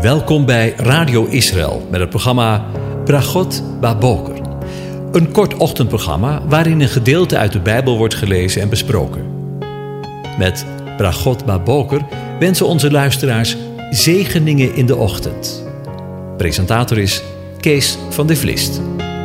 Welkom bij Radio Israël met het programma Bragot Baboker. Een kort ochtendprogramma waarin een gedeelte uit de Bijbel wordt gelezen en besproken. Met Bragot Baboker wensen onze luisteraars zegeningen in de ochtend. Presentator is Kees van de Vlist.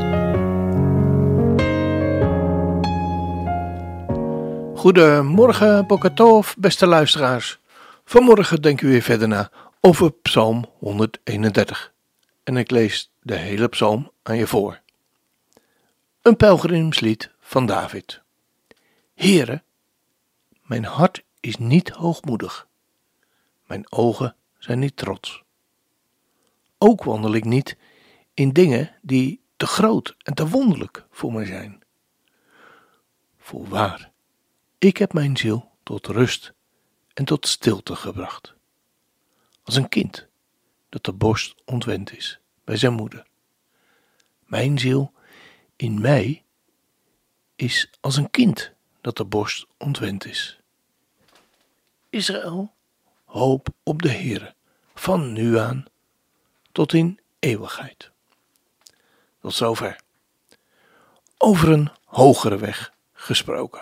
Goedemorgen, Boker Tov, beste luisteraars. Vanmorgen denken we weer verder na over Psalm 131. En ik lees de hele psalm aan je voor. Een pelgrimslied van David. Heere, mijn hart is niet hoogmoedig. Mijn ogen zijn niet trots. Ook wandel ik niet in dingen die te groot en te wonderlijk voor mij zijn. Voorwaar, ik heb mijn ziel tot rust en tot stilte gebracht. Als een kind dat de borst ontwend is bij zijn moeder. Mijn ziel in mij is als een kind dat de borst ontwend is. Israël, hoop op de Heere, van nu aan tot in eeuwigheid. Tot zover. Over een hogere weg gesproken.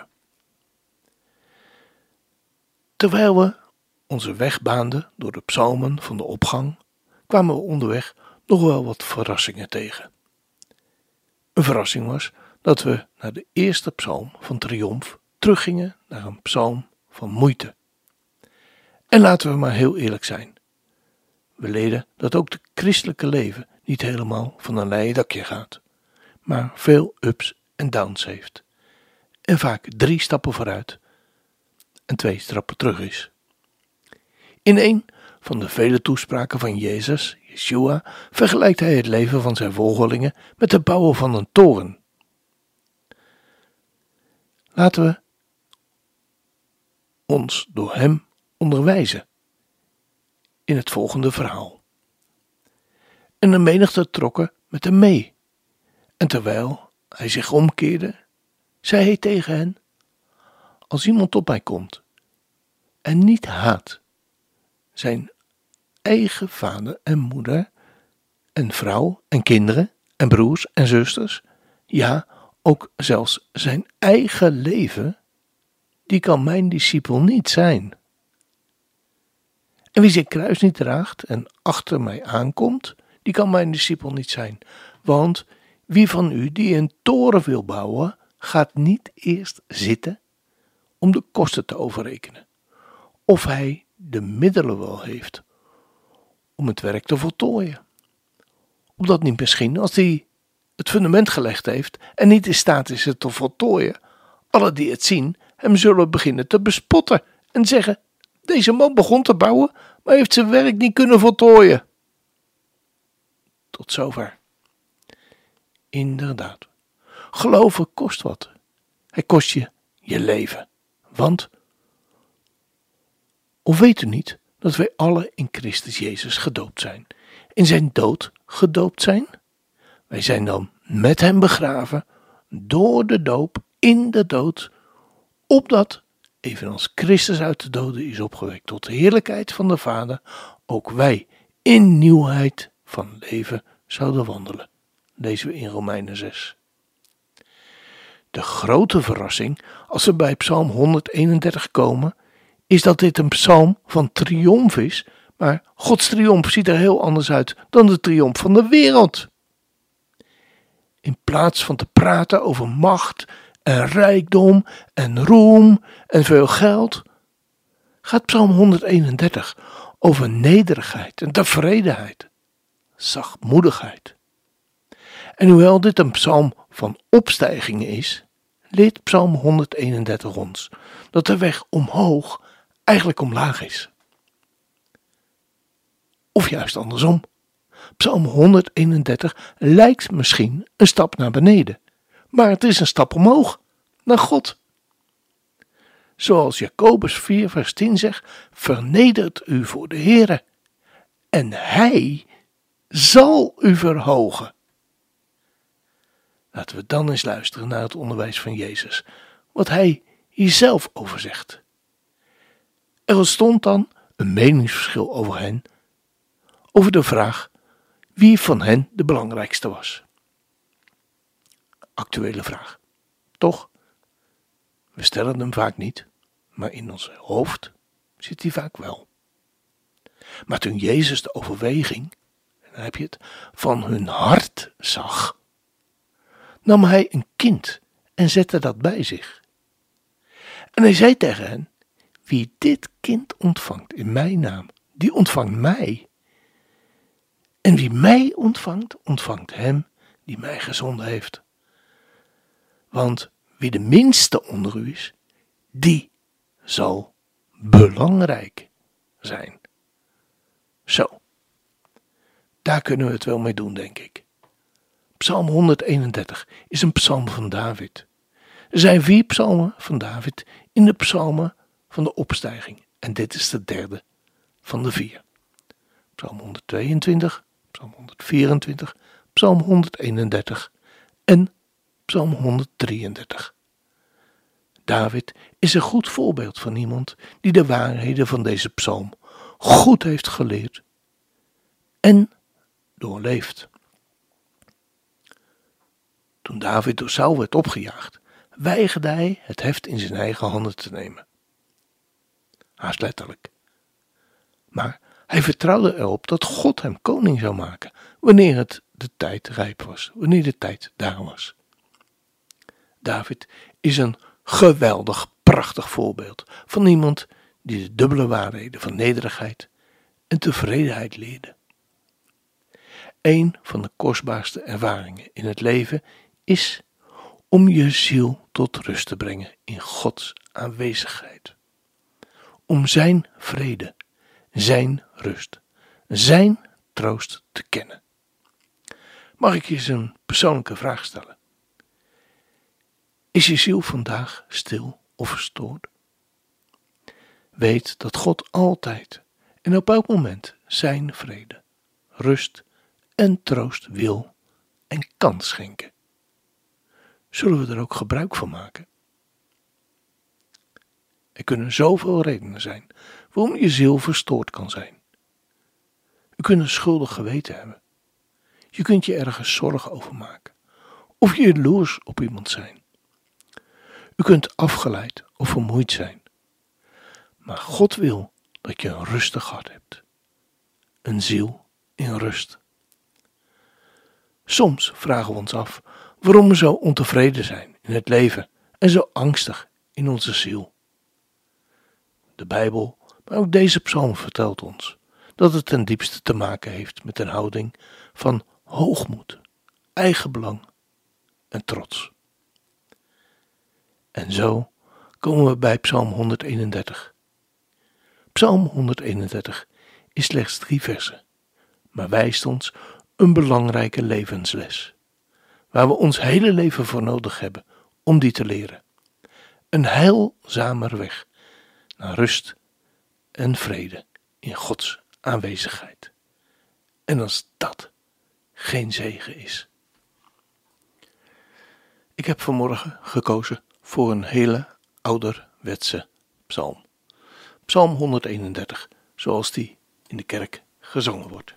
Terwijl we onze weg baanden door de psalmen van de opgang, kwamen we onderweg nog wel wat verrassingen tegen. Een verrassing was dat we naar de eerste psalm van triomf teruggingen naar een psalm van moeite. En laten we maar heel eerlijk zijn. We leren dat ook het christelijke leven niet helemaal van een leien dakje gaat, maar veel ups en downs heeft. En vaak 3 stappen vooruit en 2 stappen terug is. In een van de vele toespraken van Yeshua, vergelijkt hij het leven van zijn volgelingen met het bouwen van een toren. Laten we ons door hem onderwijzen in het volgende verhaal. En de menigte trokken met hem mee. En terwijl hij zich omkeerde, zei hij tegen hen: als iemand tot mij komt en niet haat zijn eigen vader en moeder en vrouw en kinderen en broers en zusters, ja, ook zelfs zijn eigen leven, die kan mijn discipel niet zijn. En wie zijn kruis niet draagt en achter mij aankomt, die kan mijn discipel niet zijn. Want wie van u die een toren wil bouwen, gaat niet eerst zitten om de kosten te overrekenen, of hij de middelen wel heeft om het werk te voltooien. Opdat niet misschien, als hij het fundament gelegd heeft en niet in staat is het te voltooien, alle die het zien hem zullen beginnen te bespotten en zeggen: deze man begon te bouwen, maar heeft zijn werk niet kunnen voltooien. Tot zover. Inderdaad, geloven kost wat. Het kost je je leven. Want, of weet u niet dat wij alle in Christus Jezus gedoopt zijn, in zijn dood gedoopt zijn? Wij zijn dan met hem begraven, door de doop in de dood, opdat, evenals Christus uit de doden is opgewekt tot de heerlijkheid van de Vader, ook wij in nieuwheid van leven zouden wandelen. Lezen we in Romeinen 6. De grote verrassing, als we bij Psalm 131 komen, is dat dit een psalm van triomf is, maar Gods triomf ziet er heel anders uit dan de triomf van de wereld. In plaats van te praten over macht en rijkdom en roem en veel geld, gaat Psalm 131 over nederigheid en tevredenheid, zachtmoedigheid. En hoewel dit een psalm van opstijging is, leert Psalm 131 ons dat de weg omhoog eigenlijk omlaag is. Of juist andersom. Psalm 131 lijkt misschien een stap naar beneden, maar het is een stap omhoog, naar God. Zoals Jacobus 4 vers 10 zegt: vernedert u voor de Heere en hij zal u verhogen. Laten we dan eens luisteren naar het onderwijs van Jezus, wat hij hier zelf over zegt. Er ontstond dan een meningsverschil over hen, over de vraag wie van hen de belangrijkste was. Actuele vraag. Toch? We stellen hem vaak niet, maar in ons hoofd zit hij vaak wel. Maar toen Jezus de overweging, en dan heb je het, van hun hart zag, nam hij een kind en zette dat bij zich. En hij zei tegen hen: wie dit kind ontvangt in mijn naam, die ontvangt mij. En wie mij ontvangt, ontvangt hem die mij gezonden heeft. Want wie de minste onder u is, die zal belangrijk zijn. Zo, daar kunnen we het wel mee doen, denk ik. Psalm 131 is een psalm van David. Er zijn 4 psalmen van David in de psalmen van de opstijging. En dit is de derde van de 4. Psalm 122, Psalm 124, Psalm 131 en Psalm 133. David is een goed voorbeeld van iemand die de waarheden van deze psalm goed heeft geleerd en doorleefd. Toen David door Saul werd opgejaagd, weigerde hij het heft in zijn eigen handen te nemen. Haast letterlijk. Maar hij vertrouwde erop dat God hem koning zou maken wanneer het de tijd rijp was, wanneer de tijd daar was. David is een geweldig, prachtig voorbeeld van iemand die de dubbele waarheden van nederigheid en tevredenheid leerde. Een van de kostbaarste ervaringen in het leven is om je ziel tot rust te brengen in Gods aanwezigheid. Om zijn vrede, zijn rust, zijn troost te kennen. Mag ik je eens een persoonlijke vraag stellen? Is je ziel vandaag stil of verstoord? Weet dat God altijd en op elk moment zijn vrede, rust en troost wil en kan schenken. Zullen we er ook gebruik van maken? Er kunnen zoveel redenen zijn waarom je ziel verstoord kan zijn. Je kunt een schuldig geweten hebben. Je kunt je ergens zorgen over maken. Of je jaloers op iemand zijn. U kunt afgeleid of vermoeid zijn. Maar God wil dat je een rustig hart hebt. Een ziel in rust. Soms vragen we ons af waarom we zo ontevreden zijn in het leven en zo angstig in onze ziel. De Bijbel, maar ook deze psalm vertelt ons dat het ten diepste te maken heeft met een houding van hoogmoed, eigenbelang en trots. En zo komen we bij Psalm 131. Psalm 131 is slechts 3 versen, maar wijst ons een belangrijke levensles, waar we ons hele leven voor nodig hebben om die te leren. Een heilzamer weg naar rust en vrede in Gods aanwezigheid. En als dat geen zegen is. Ik heb vanmorgen gekozen voor een hele ouderwetse psalm. Psalm 131, zoals die in de kerk gezongen wordt.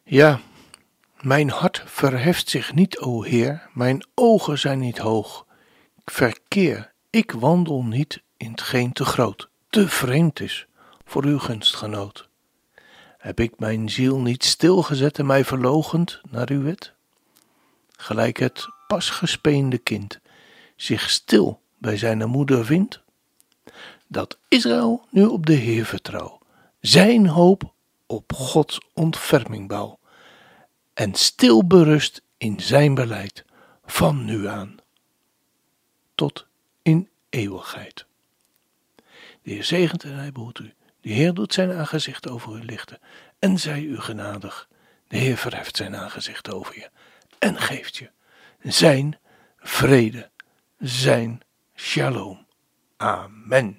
Ja, mijn hart verheft zich niet, o Heer, mijn ogen zijn niet hoog. Ik verkeer, ik wandel niet in hetgeen te groot, te vreemd is voor uw gunstgenoot. Heb ik mijn ziel niet stilgezet en mij verloochend naar uw wet? Gelijk het pas gespeende kind zich stil bij zijn moeder vindt, dat Israël nu op de Heer vertrouw, zijn hoop op Gods ontferming bouw, en stil berust in zijn beleid, van nu aan tot in eeuwigheid. De Heer zegent en hij behoedt u. De Heer doet zijn aangezicht over u lichten en zij u genadig. De Heer verheft zijn aangezicht over je en geeft je zijn vrede, zijn shalom. Amen.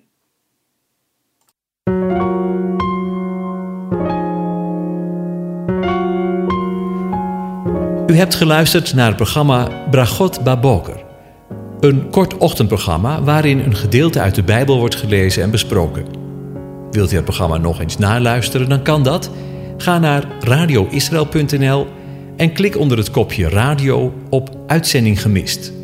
U hebt geluisterd naar het programma Bragot Baboker. Een kort ochtendprogramma waarin een gedeelte uit de Bijbel wordt gelezen en besproken. Wilt u het programma nog eens naluisteren, dan kan dat. Ga naar radioisrael.nl en klik onder het kopje radio op Uitzending gemist.